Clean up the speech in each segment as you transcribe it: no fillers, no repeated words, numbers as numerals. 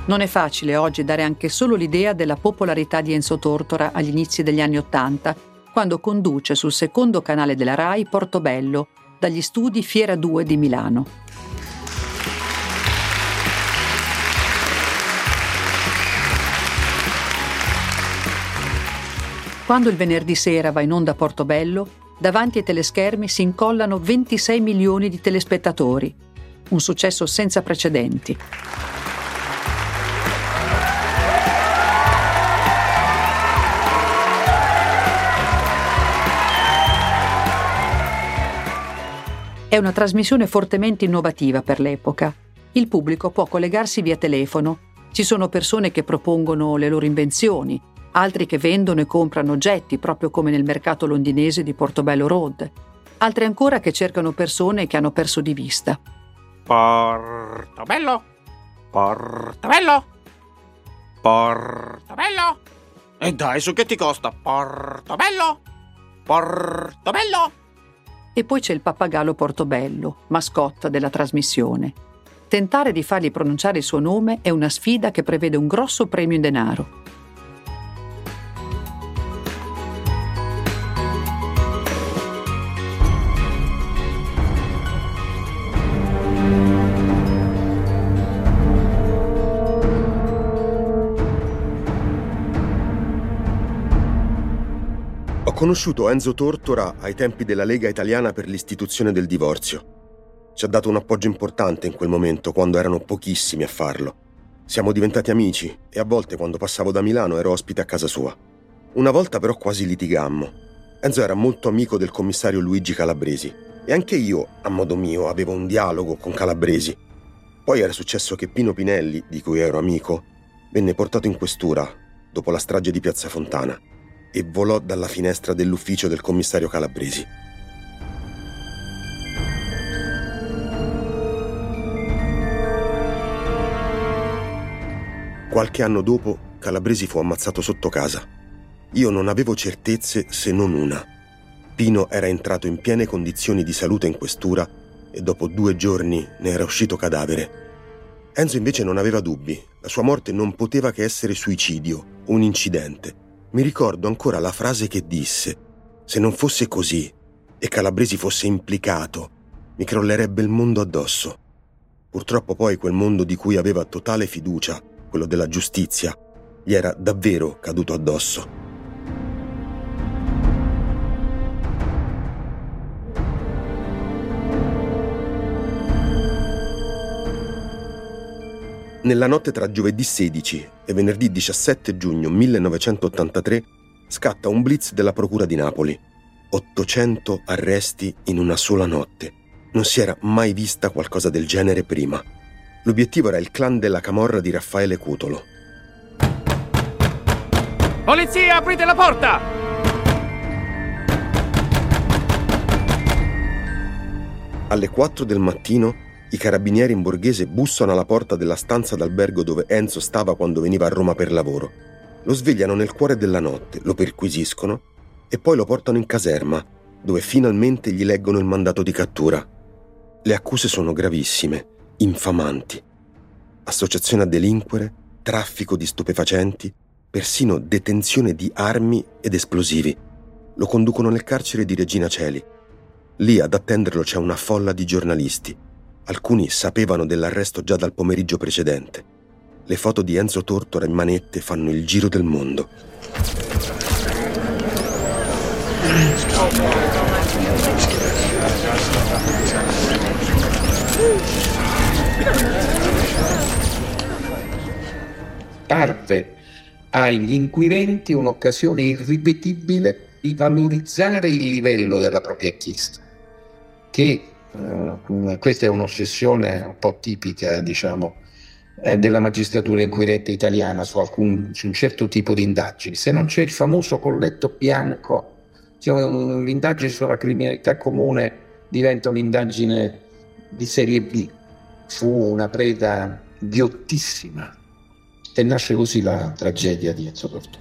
Non è facile oggi dare anche solo l'idea della popolarità di Enzo Tortora agli inizi degli anni '80, quando conduce sul secondo canale della Rai Portobello, dagli studi Fiera 2 di Milano. Quando il venerdì sera va in onda Portobello, davanti ai teleschermi si incollano 26 milioni di telespettatori, un successo senza precedenti. È una trasmissione fortemente innovativa per l'epoca. Il pubblico può collegarsi via telefono. Ci sono persone che propongono le loro invenzioni, altri che vendono e comprano oggetti, proprio come nel mercato londinese di Portobello Road. Altri ancora che cercano persone che hanno perso di vista. Portobello! Portobello! Portobello! E dai, su che ti costa? Portobello! Portobello! E poi c'è il pappagallo Portobello, mascotte della trasmissione. Tentare di fargli pronunciare il suo nome è una sfida che prevede un grosso premio in denaro. Ho conosciuto Enzo Tortora ai tempi della Lega Italiana per l'istituzione del divorzio. Ci ha dato un appoggio importante in quel momento, quando erano pochissimi a farlo. Siamo diventati amici e a volte, quando passavo da Milano, ero ospite a casa sua. Una volta però quasi litigammo. Enzo era molto amico del commissario Luigi Calabresi e anche io, a modo mio, avevo un dialogo con Calabresi. Poi era successo che Pino Pinelli, di cui ero amico, venne portato in questura dopo la strage di Piazza Fontana e volò dalla finestra dell'ufficio del commissario Calabresi. Qualche anno dopo, Calabresi fu ammazzato sotto casa. Io non avevo certezze se non una. Pino era entrato in piene condizioni di salute in questura e dopo 2 giorni ne era uscito cadavere. Enzo invece non aveva dubbi. La sua morte non poteva che essere suicidio, un incidente. Mi ricordo ancora la frase che disse: se non fosse così e Calabresi fosse implicato, mi crollerebbe il mondo addosso. Purtroppo poi quel mondo di cui aveva totale fiducia, quello della giustizia, gli era davvero caduto addosso. Nella notte tra giovedì 16 e venerdì 17 giugno 1983 scatta un blitz della Procura di Napoli. 800 arresti in una sola notte. Non si era mai vista qualcosa del genere prima. L'obiettivo era il clan della camorra di Raffaele Cutolo. Polizia, aprite la porta! Alle 4 del mattino i carabinieri in Borghese bussano alla porta della stanza d'albergo dove Enzo stava quando veniva a Roma per lavoro. Lo svegliano nel cuore della notte, lo perquisiscono e poi lo portano in caserma, dove finalmente gli leggono il mandato di cattura. Le accuse sono gravissime, infamanti. Associazione a delinquere, traffico di stupefacenti, persino detenzione di armi ed esplosivi. Lo conducono nel carcere di Regina Coeli. Lì ad attenderlo c'è una folla di giornalisti. Alcuni sapevano dell'arresto già dal pomeriggio precedente. Le foto di Enzo Tortora in manette fanno il giro del mondo. Parve agli inquirenti un'occasione irripetibile di valorizzare il livello della propria inchiesta, che questa è un'ossessione un po' tipica, della magistratura inquirente italiana su un certo tipo di indagini. Se non c'è il famoso colletto bianco, l'indagine sulla criminalità comune diventa un'indagine di serie B. Fu una preda ghiottissima e nasce così la tragedia di Enzo Tortora.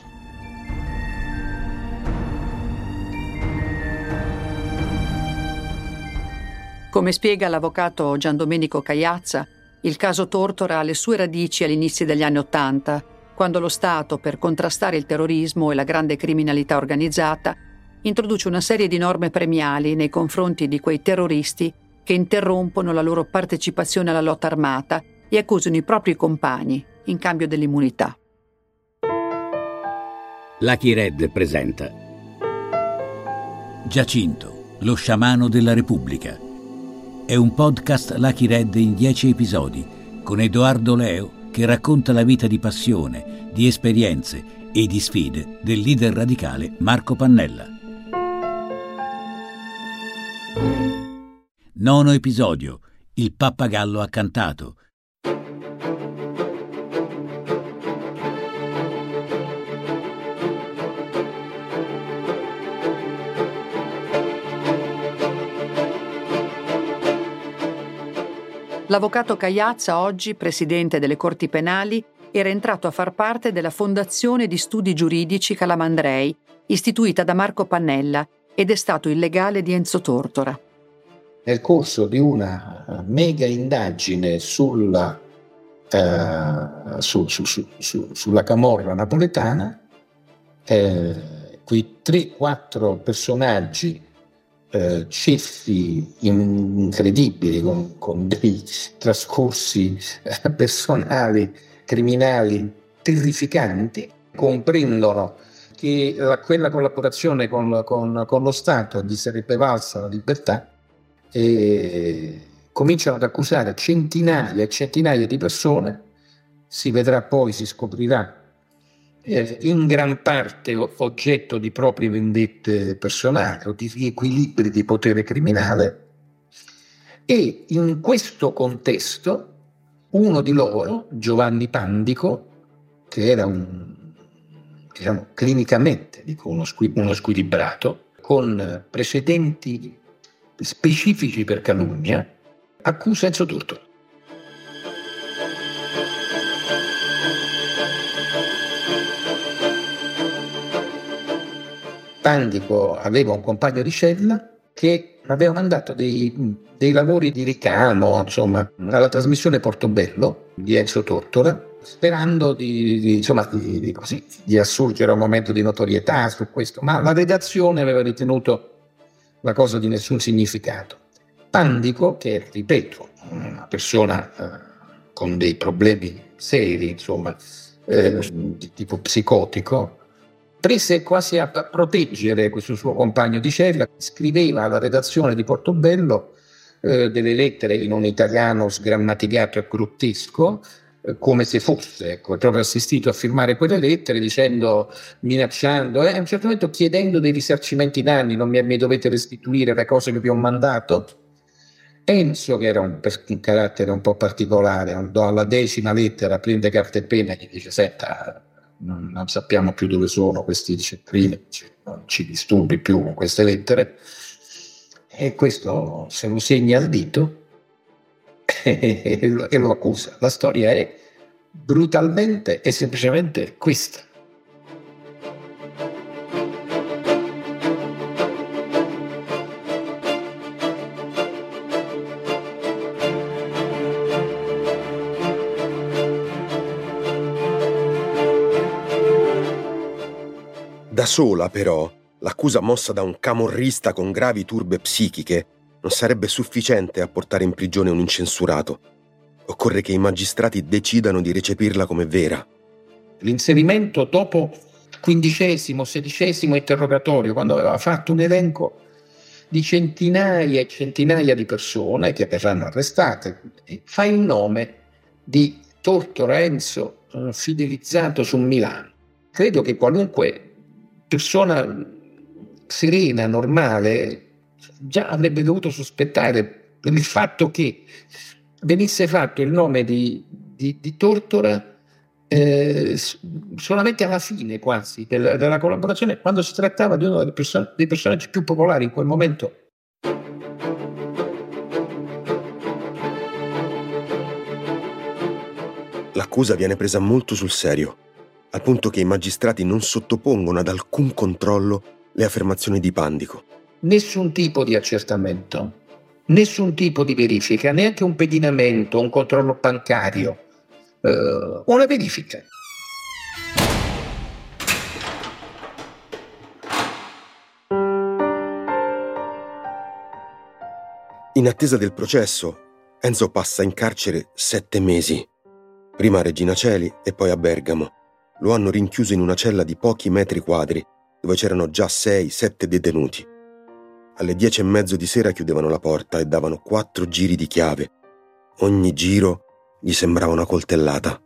Come spiega l'avvocato Giandomenico Cagliazza, Il caso Tortora ha le sue radici agli inizi degli anni '80, quando lo Stato, per contrastare il terrorismo e la grande criminalità organizzata, introduce una serie di norme premiali nei confronti di quei terroristi che interrompono la loro partecipazione alla lotta armata e accusano i propri compagni in cambio dell'immunità. Lucky Red presenta Giacinto, lo sciamano della Repubblica. È un podcast Lucky Red in 10 episodi, con Edoardo Leo che racconta la vita di passione, di esperienze e di sfide del leader radicale Marco Pannella. 9° episodio. Il pappagallo ha cantato. L'avvocato Cagliazza, oggi presidente delle Corti Penali, era entrato a far parte della Fondazione di Studi Giuridici Calamandrei, istituita da Marco Pannella, ed è stato il legale di Enzo Tortora. Nel corso di una mega indagine sulla camorra napoletana, quei 3-4 personaggi ceffi incredibili con dei trascorsi personali, criminali terrificanti, comprendono che quella collaborazione con lo Stato gli sarebbe valsa la libertà e cominciano ad accusare centinaia e centinaia di persone. Si vedrà poi, si scoprirà, in gran parte oggetto di proprie vendette personali o di riequilibri di potere criminale. E in questo contesto uno di loro, Giovanni Pandico, che era clinicamente uno squilibrato, con precedenti specifici per calunnia, accusa Enzo Tortora. Pandico aveva un compagno di cella che aveva mandato dei lavori di ricamo, insomma, alla trasmissione Portobello di Enzo Tortora, sperando di assurgere a un momento di notorietà su questo, ma la redazione aveva ritenuto la cosa di nessun significato. Pandico, che ripeto, una persona con dei problemi seri, di tipo psicotico, prese quasi a proteggere questo suo compagno di cella. Scriveva alla redazione di Portobello delle lettere in un italiano sgrammaticato e grottesco, come se fosse proprio assistito a firmare quelle lettere, dicendo, minacciando, a un certo momento chiedendo dei risarcimenti danni: non mi dovete restituire le cose che vi ho mandato. Enzo, che era un carattere un po' particolare, alla 10ª lettera prende carta e penna e gli dice: senta, non sappiamo più dove sono questi centrini, non ci disturbi più con queste lettere. E questo se lo segna al dito e lo accusa. La storia è brutalmente e semplicemente questa. Da sola, però, l'accusa mossa da un camorrista con gravi turbe psichiche non sarebbe sufficiente a portare in prigione un incensurato. Occorre che i magistrati decidano di recepirla come vera. L'inserimento dopo 15° 16° interrogatorio, quando aveva fatto un elenco di centinaia e centinaia di persone che verranno arrestate, fa il nome di Tortora Enzo, fidelizzato su Milano. Credo che qualunque persona serena, normale, già avrebbe dovuto sospettare per il fatto che venisse fatto il nome di Tortora solamente alla fine quasi della collaborazione, quando si trattava di uno dei personaggi più popolari in quel momento. L'accusa viene presa molto sul serio, al punto che i magistrati non sottopongono ad alcun controllo le affermazioni di Pandico. Nessun tipo di accertamento, Nessun tipo di verifica, neanche un pedinamento, un controllo bancario, una verifica. In attesa del processo, Enzo passa in carcere 7 mesi. Prima a Regina Coeli e poi a Bergamo. Lo hanno rinchiuso in una cella di pochi metri quadri, dove c'erano già 6-7 detenuti. Alle 10:30 di sera chiudevano la porta e davano 4 giri di chiave. Ogni giro gli sembrava una coltellata.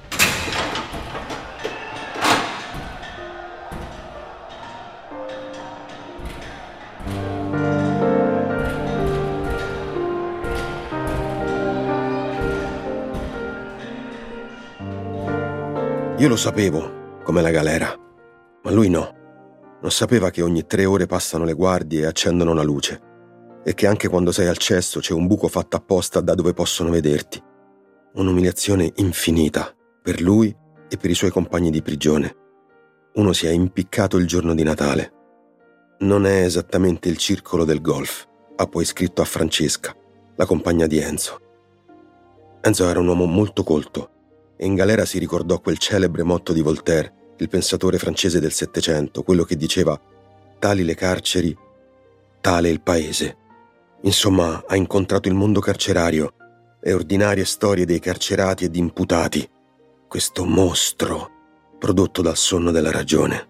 Io lo sapevo, come la galera, ma lui no. Non sapeva che ogni 3 ore passano le guardie e accendono la luce e che anche quando sei al cesso c'è un buco fatto apposta da dove possono vederti. Un'umiliazione infinita per lui e per i suoi compagni di prigione. Uno si è impiccato il giorno di Natale. Non è esattamente il circolo del golf, ha poi scritto a Francesca, la compagna di Enzo. Enzo era un uomo molto colto e in galera si ricordò quel celebre motto di Voltaire, il pensatore francese del Settecento, quello che diceva «Tali le carceri, tale il paese». Insomma, ha incontrato il mondo carcerario, le ordinarie storie dei carcerati e di imputati, questo mostro prodotto dal sonno della ragione.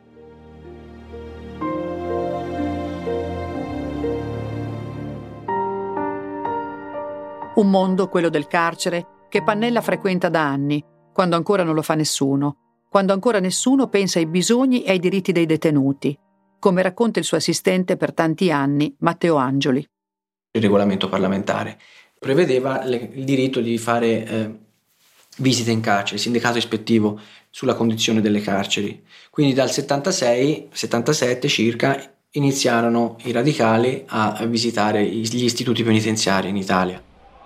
Un mondo, quello del carcere, che Pannella frequenta da anni, quando ancora non lo fa nessuno, quando ancora nessuno pensa ai bisogni e ai diritti dei detenuti, come racconta il suo assistente per tanti anni, Matteo Angioli. Il regolamento parlamentare prevedeva il diritto di fare visite in carcere, sindacato ispettivo sulla condizione delle carceri. Quindi dal 76-77 circa iniziarono i radicali a visitare gli istituti penitenziari in Italia.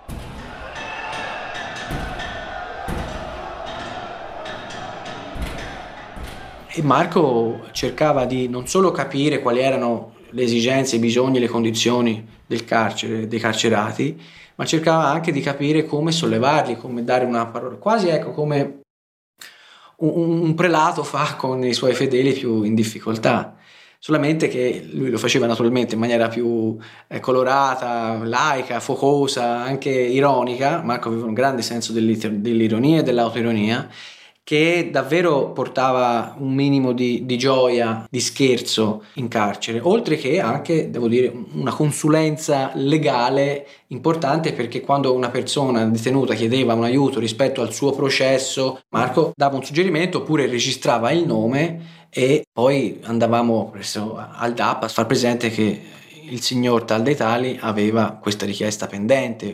E Marco cercava di non solo capire quali erano le esigenze, i bisogni, le condizioni del carcere, dei carcerati, ma cercava anche di capire come sollevarli, come dare una parola, quasi come un prelato fa con i suoi fedeli più in difficoltà. Solamente che lui lo faceva naturalmente in maniera più colorata, laica, focosa, anche ironica. Marco aveva un grande senso dell'ironia e dell'autoironia, che davvero portava un minimo di gioia, di scherzo in carcere, oltre che anche, devo dire, una consulenza legale importante, perché quando una persona detenuta chiedeva un aiuto rispetto al suo processo, Marco dava un suggerimento oppure registrava il nome e poi andavamo presso al DAP a far presente che il signor tal dei tali aveva questa richiesta pendente.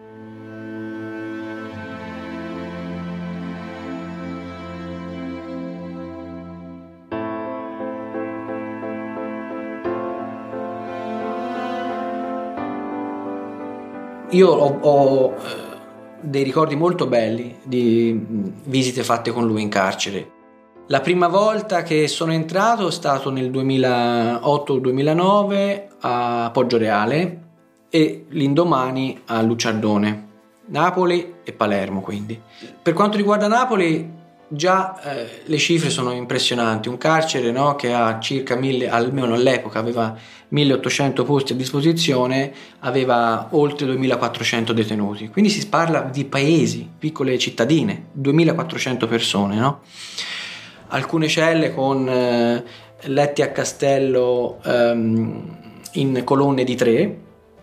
Io ho dei ricordi molto belli di visite fatte con lui in carcere. La prima volta che sono entrato è stato nel 2008-2009 a Poggioreale e l'indomani a Lucciardone, Napoli e Palermo quindi. Per quanto riguarda Napoli, già le cifre sono impressionanti. Un carcere, no, che ha circa 1000, almeno all'epoca aveva 1800 posti a disposizione, aveva oltre 2400 detenuti. Quindi si parla di paesi, piccole cittadine, 2400 persone, no? Alcune celle con letti a castello in colonne di 3,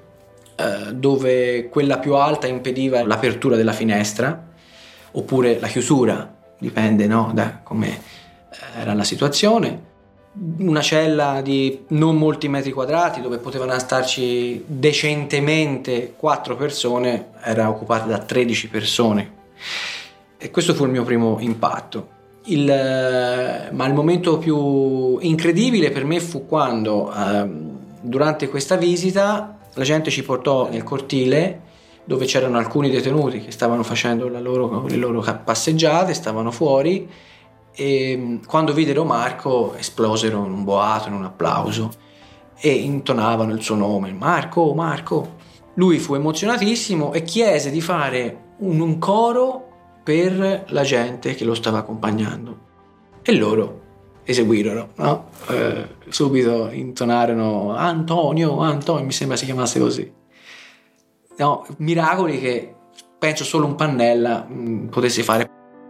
dove quella più alta impediva l'apertura della finestra oppure la chiusura, dipende, no, da come era la situazione. Una cella di non molti metri quadrati dove potevano starci decentemente 4 persone era occupata da 13 persone, e questo fu il mio primo impatto. Ma il momento più incredibile per me fu quando durante questa visita la gente ci portò nel cortile dove c'erano alcuni detenuti che stavano facendo le loro passeggiate, stavano fuori, e quando videro Marco esplosero in un boato, in un applauso, e intonavano il suo nome: Marco, Marco. Lui fu emozionatissimo e chiese di fare un coro per la gente che lo stava accompagnando. E loro eseguirono, no? Subito intonarono Antonio, mi sembra si chiamasse così. No, miracoli che penso solo un Pannella potesse fare.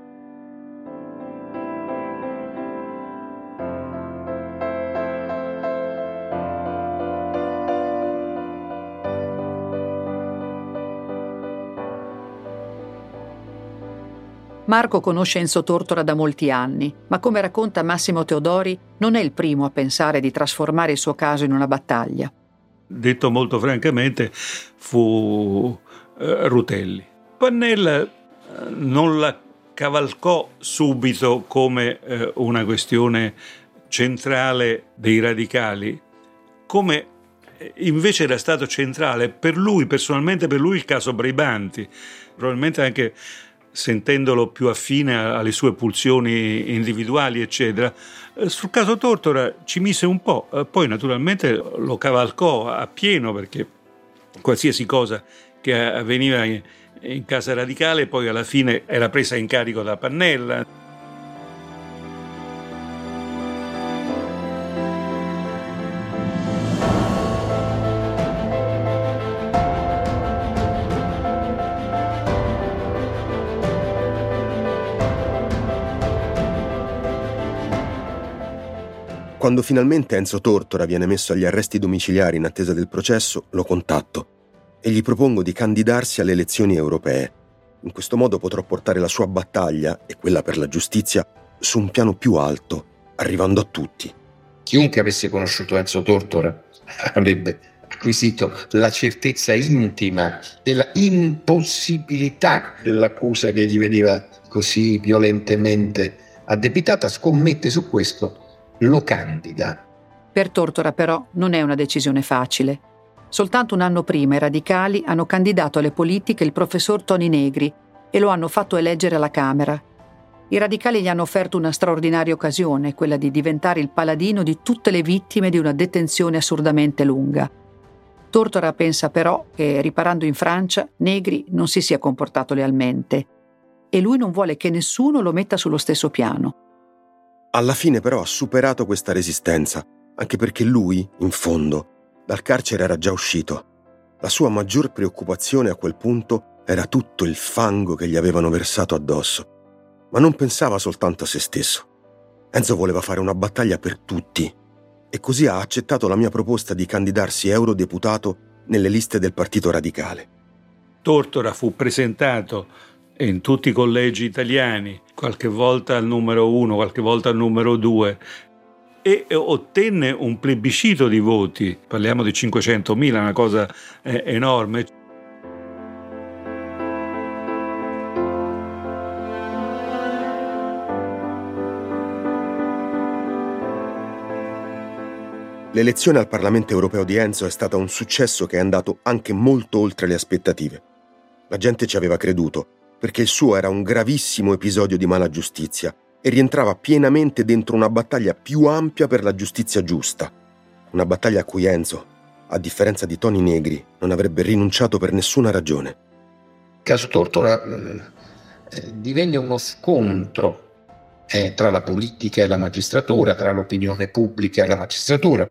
Marco conosce Enzo Tortora da molti anni, ma come racconta Massimo Teodori, non è il primo a pensare di trasformare il suo caso in una battaglia. Detto molto francamente, fu Rutelli. Pannella non la cavalcò subito come una questione centrale dei radicali, come invece era stato centrale per lui, personalmente per lui, il caso Braibanti, probabilmente anche sentendolo più affine alle sue pulsioni individuali, eccetera. Sul caso Tortora ci mise un po', poi naturalmente lo cavalcò appieno, perché qualsiasi cosa che avveniva in casa radicale poi alla fine era presa in carico da Pannella. Quando finalmente Enzo Tortora viene messo agli arresti domiciliari in attesa del processo, lo contatto e gli propongo di candidarsi alle elezioni europee. In questo modo potrò portare la sua battaglia e quella per la giustizia su un piano più alto, arrivando a tutti. Chiunque avesse conosciuto Enzo Tortora avrebbe acquisito la certezza intima della impossibilità dell'accusa che gli veniva così violentemente addebitata. Scommette su questo, lo candida. Per Tortora però non è una decisione facile. Soltanto un anno prima i radicali hanno candidato alle politiche il professor Toni Negri e lo hanno fatto eleggere alla Camera. I radicali gli hanno offerto una straordinaria occasione, quella di diventare il paladino di tutte le vittime di una detenzione assurdamente lunga. Tortora pensa però che, riparando in Francia, Negri non si sia comportato lealmente e lui non vuole che nessuno lo metta sullo stesso piano. Alla fine però ha superato questa resistenza, anche perché lui, in fondo, dal carcere era già uscito. La sua maggior preoccupazione a quel punto era tutto il fango che gli avevano versato addosso. Ma non pensava soltanto a se stesso. Enzo voleva fare una battaglia per tutti e così ha accettato la mia proposta di candidarsi eurodeputato nelle liste del Partito Radicale. Tortora fu presentato in tutti i collegi italiani, qualche volta al numero 1, qualche volta al numero 2, e ottenne un plebiscito di voti, parliamo di 500.000, una cosa enorme. L'elezione al Parlamento europeo di Enzo è stata un successo che è andato anche molto oltre le aspettative. La gente ci aveva creduto, perché il suo era un gravissimo episodio di mala giustizia e rientrava pienamente dentro una battaglia più ampia per la giustizia giusta. Una battaglia a cui Enzo, a differenza di Toni Negri, non avrebbe rinunciato per nessuna ragione. Il caso Tortora divenne uno scontro tra la politica e la magistratura, tra l'opinione pubblica e la magistratura.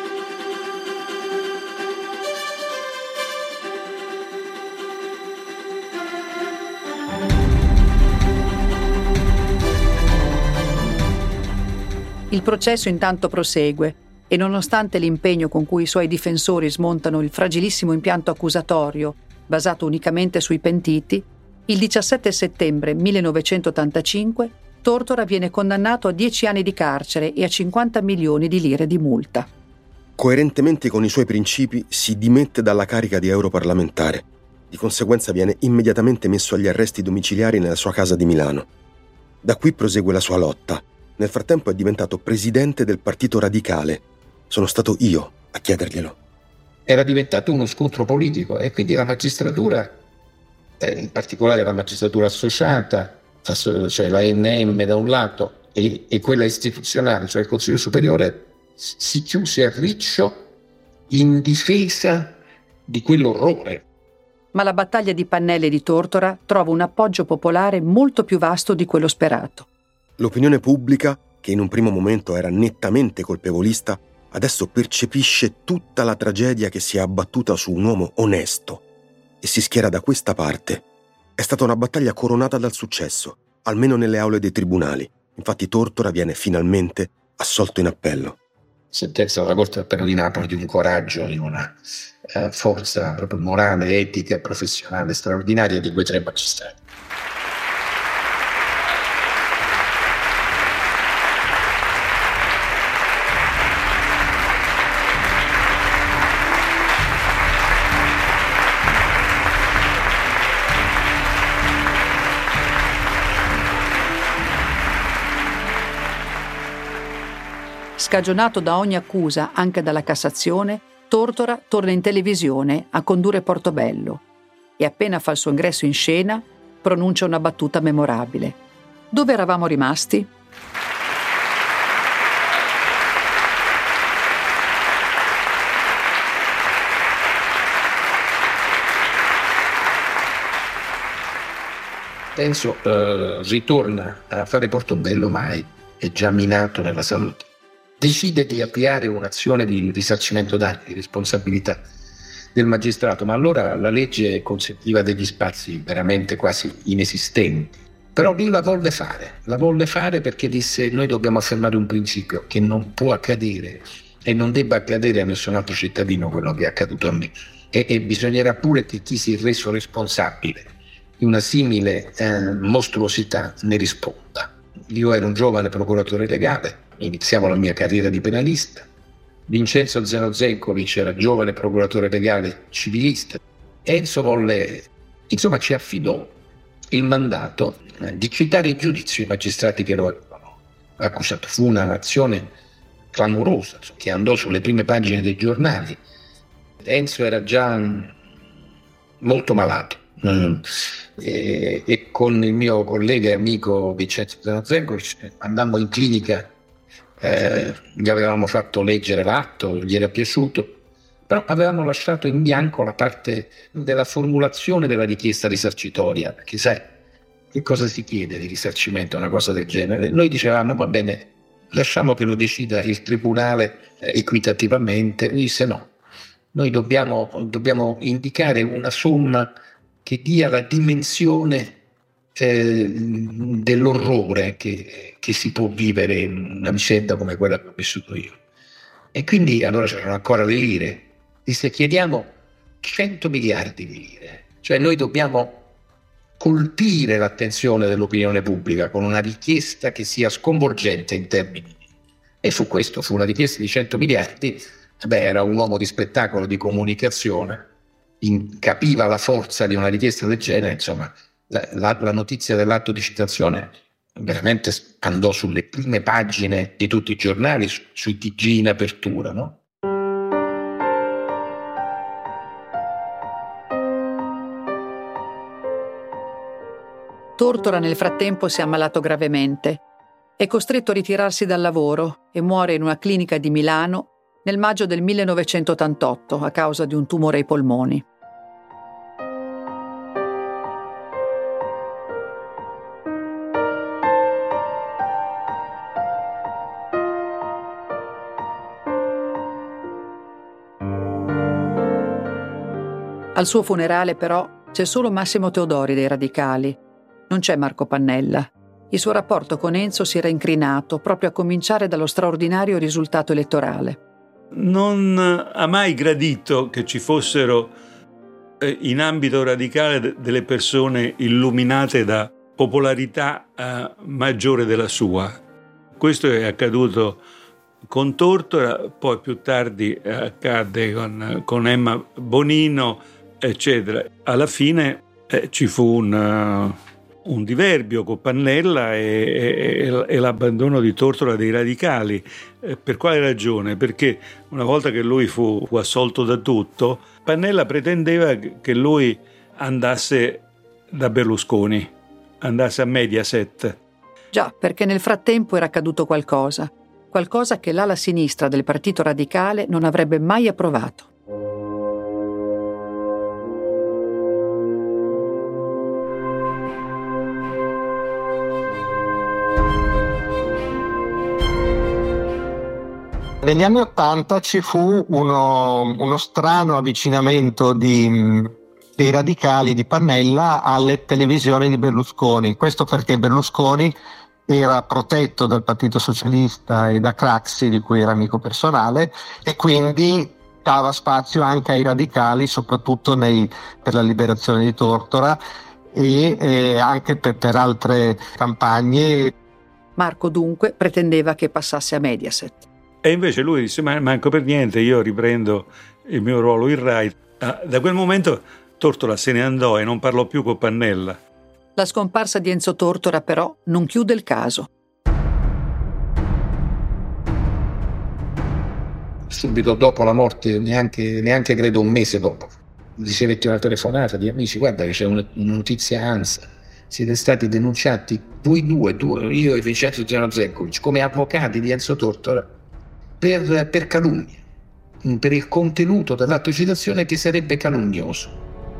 Il processo intanto prosegue e nonostante l'impegno con cui i suoi difensori smontano il fragilissimo impianto accusatorio, basato unicamente sui pentiti, il 17 settembre 1985 Tortora viene condannato a 10 anni di carcere e a 50 milioni di lire di multa. Coerentemente con i suoi principi si dimette dalla carica di europarlamentare. Di conseguenza viene immediatamente messo agli arresti domiciliari nella sua casa di Milano. Da qui prosegue la sua lotta. Nel frattempo è diventato presidente del Partito Radicale. Sono stato io a chiederglielo. Era diventato uno scontro politico e quindi la magistratura, in particolare la magistratura associata, cioè la ANM da un lato e quella istituzionale, cioè il Consiglio Superiore, si chiuse a riccio in difesa di quell'orrore. Ma la battaglia di Pannella e di Tortora trova un appoggio popolare molto più vasto di quello sperato. L'opinione pubblica, che in un primo momento era nettamente colpevolista, adesso percepisce tutta la tragedia che si è abbattuta su un uomo onesto e si schiera da questa parte. È stata una battaglia coronata dal successo, almeno nelle aule dei tribunali. Infatti Tortora viene finalmente assolto in appello. Sentenza della Corte d'Appello di Napoli di un coraggio, di una forza proprio morale, etica e professionale straordinaria di quei 3 magistrati. Scagionato da ogni accusa, anche dalla Cassazione, Tortora torna in televisione a condurre Portobello e appena fa il suo ingresso in scena pronuncia una battuta memorabile. Dove eravamo rimasti? Enzo ritorna a fare Portobello, ma è già minato nella salute. Decide di avviare un'azione di risarcimento danni, di responsabilità del magistrato, ma allora la legge consentiva degli spazi veramente quasi inesistenti. Però lui la volle fare perché disse: noi dobbiamo affermare un principio, che non può accadere e non debba accadere a nessun altro cittadino quello che è accaduto a me, e bisognerà pure che chi si è reso responsabile di una simile mostruosità ne risponda. Io ero un giovane procuratore legale, iniziavo la mia carriera di penalista. Vincenzo Zeno Zenkovic era giovane procuratore legale civilista. Enzo ci affidò il mandato di citare in giudizio i magistrati che lo avevano accusato. Fu un'azione clamorosa che andò sulle prime pagine dei giornali. Enzo era già molto malato e con il mio collega e amico Vincenzo Zeno Zenkovic andammo in clinica. Gli avevamo fatto leggere l'atto, gli era piaciuto, però avevamo lasciato in bianco la parte della formulazione della richiesta risarcitoria, perché sai che cosa si chiede di risarcimento a una cosa del genere? Noi dicevamo: va bene, lasciamo che lo decida il tribunale equitativamente. E disse: no, noi dobbiamo indicare una somma che dia la dimensione dell'orrore che si può vivere in una vicenda come quella che ho vissuto io. E quindi allora c'erano ancora le lire. Disse: chiediamo 100 miliardi di lire, cioè noi dobbiamo colpire l'attenzione dell'opinione pubblica con una richiesta che sia sconvolgente in termini. E fu una richiesta di 100 miliardi. Era un uomo di spettacolo, di comunicazione, capiva la forza di una richiesta del genere. Insomma, la notizia dell'atto di citazione veramente andò sulle prime pagine di tutti i giornali, sui TG in apertura, no? Tortora nel frattempo si è ammalato gravemente. È costretto a ritirarsi dal lavoro e muore in una clinica di Milano nel maggio del 1988 a causa di un tumore ai polmoni. Al suo funerale, però, c'è solo Massimo Teodori dei Radicali. Non c'è Marco Pannella. Il suo rapporto con Enzo si era incrinato proprio a cominciare dallo straordinario risultato elettorale. Non ha mai gradito che ci fossero in ambito radicale delle persone illuminate da popolarità maggiore della sua. Questo è accaduto con Tortora, poi più tardi accadde con Emma Bonino, eccetera. Alla fine ci fu un diverbio con Pannella e l'abbandono di Tortora dei Radicali. Per quale ragione? Perché una volta che lui fu assolto da tutto, Pannella pretendeva che lui andasse da Berlusconi, andasse a Mediaset. Già, perché nel frattempo era accaduto qualcosa che l'ala sinistra del Partito Radicale non avrebbe mai approvato. Negli anni '80 ci fu uno strano avvicinamento dei radicali di Pannella alle televisioni di Berlusconi. Questo perché Berlusconi era protetto dal Partito Socialista e da Craxi, di cui era amico personale, e quindi dava spazio anche ai radicali, soprattutto per la liberazione di Tortora e anche per altre campagne. Marco dunque pretendeva che passasse a Mediaset. E invece lui disse: ma manco per niente, io riprendo il mio ruolo in Rai. Da quel momento Tortora se ne andò e non parlò più con Pannella. La scomparsa di Enzo Tortora però non chiude il caso. Subito dopo la morte, neanche credo un mese dopo, ricevetti una telefonata di amici: guarda che c'è una notizia ANSA, siete stati denunciati voi due, io e Vincenzo Zenkovic, come avvocati di Enzo Tortora per calunnia, per il contenuto dell'atto di citazione che sarebbe calunnioso.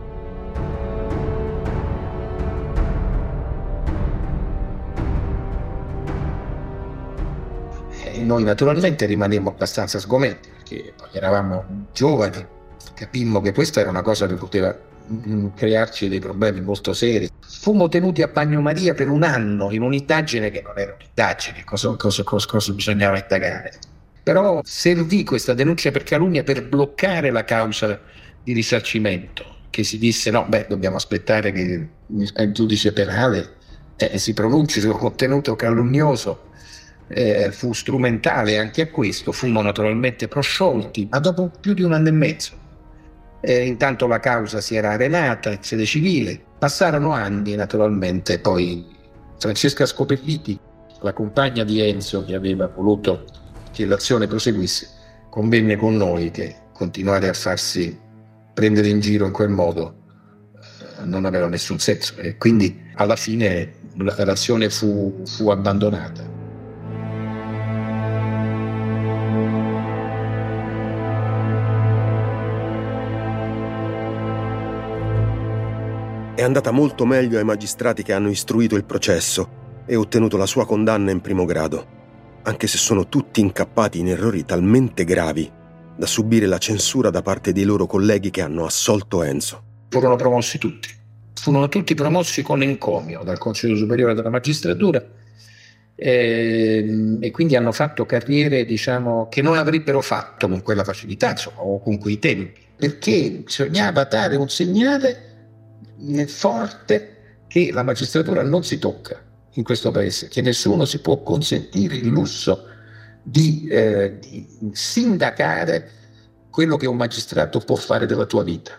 Noi naturalmente rimanemmo abbastanza sgomenti, perché poi eravamo giovani, capimmo che questa era una cosa che poteva crearci dei problemi molto seri. Fummo tenuti a bagnomaria per un anno in un'indagine che non era un'indagine, cosa bisognava indagare. Però servì questa denuncia per calunnia per bloccare la causa di risarcimento, che si disse dobbiamo aspettare che il giudice penale si pronunci sul contenuto calunnioso. Fu strumentale anche a questo, fummo naturalmente prosciolti, ma dopo più di un anno e mezzo. Intanto la causa si era arenata in sede civile, passarono anni naturalmente, poi Francesca Scopelliti, la compagna di Enzo che aveva voluto che l'azione proseguisse, convenne con noi che continuare a farsi prendere in giro in quel modo non aveva nessun senso, e quindi alla fine l'azione fu abbandonata. È andata molto meglio ai magistrati che hanno istruito il processo e ottenuto la sua condanna in primo grado, anche se sono tutti incappati in errori talmente gravi da subire la censura da parte dei loro colleghi che hanno assolto Enzo. Furono promossi tutti. Furono tutti promossi con encomio dal Consiglio Superiore della Magistratura e quindi hanno fatto carriere, che non avrebbero fatto con quella facilità, o con quei tempi, perché bisognava dare un segnale forte che la magistratura non si tocca in questo paese, che nessuno si può consentire il lusso di sindacare quello che un magistrato può fare della tua vita.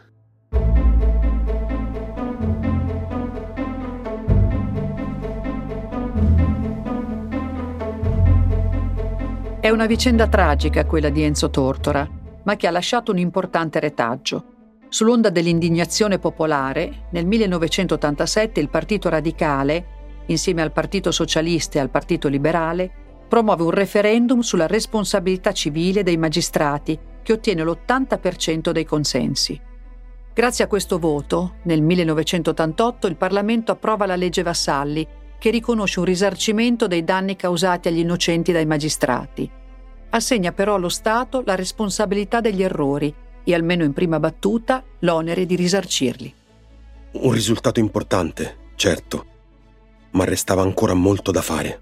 È una vicenda tragica quella di Enzo Tortora, ma che ha lasciato un importante retaggio. Sull'onda dell'indignazione popolare, nel 1987 il Partito Radicale, insieme al Partito Socialista e al Partito Liberale, promuove un referendum sulla responsabilità civile dei magistrati che ottiene l'80% dei consensi. Grazie a questo voto, nel 1988 il Parlamento approva la legge Vassalli, che riconosce un risarcimento dei danni causati agli innocenti dai magistrati. Assegna però allo Stato la responsabilità degli errori e, almeno in prima battuta, l'onere di risarcirli. Un risultato importante, certo, ma restava ancora molto da fare.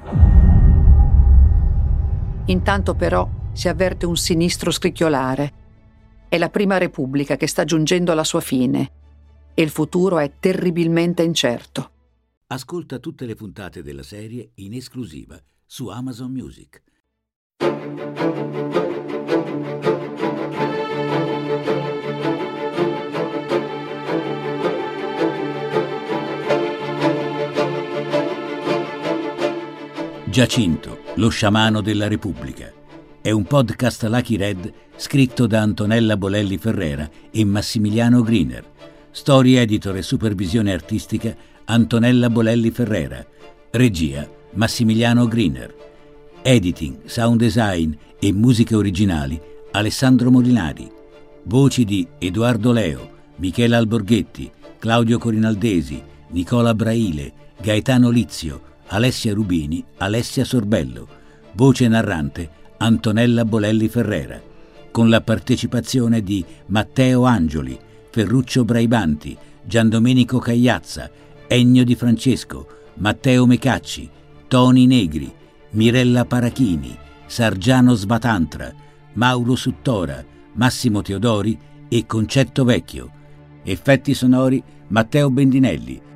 Intanto però si avverte un sinistro scricchiolare. È la Prima Repubblica che sta giungendo alla sua fine e il futuro è terribilmente incerto. Ascolta tutte le puntate della serie in esclusiva su Amazon Music. Giacinto, lo sciamano della Repubblica. È un podcast Lucky Red scritto da Antonella Bolelli Ferrera e Massimiliano Griner. Storia, editor e supervisione artistica Antonella Bolelli Ferrera. Regia Massimiliano Griner. Editing, sound design e musiche originali Alessandro Molinari. Voci di Edoardo Leo, Michela Alborghetti, Claudio Corinaldesi, Nicola Braile, Gaetano Lizio, Alessia Rubini, Alessia Sorbello. Voce narrante Antonella Bolelli Ferrera, con la partecipazione di Matteo Angioli, Ferruccio Braibanti, Giandomenico Cagliazza, Ennio Di Francesco, Matteo Mecacci, Toni Negri, Mirella Parachini, Sargiano Sbatantra, Mauro Suttora, Massimo Teodori e Concetto Vecchio. Effetti sonori Matteo Bendinelli,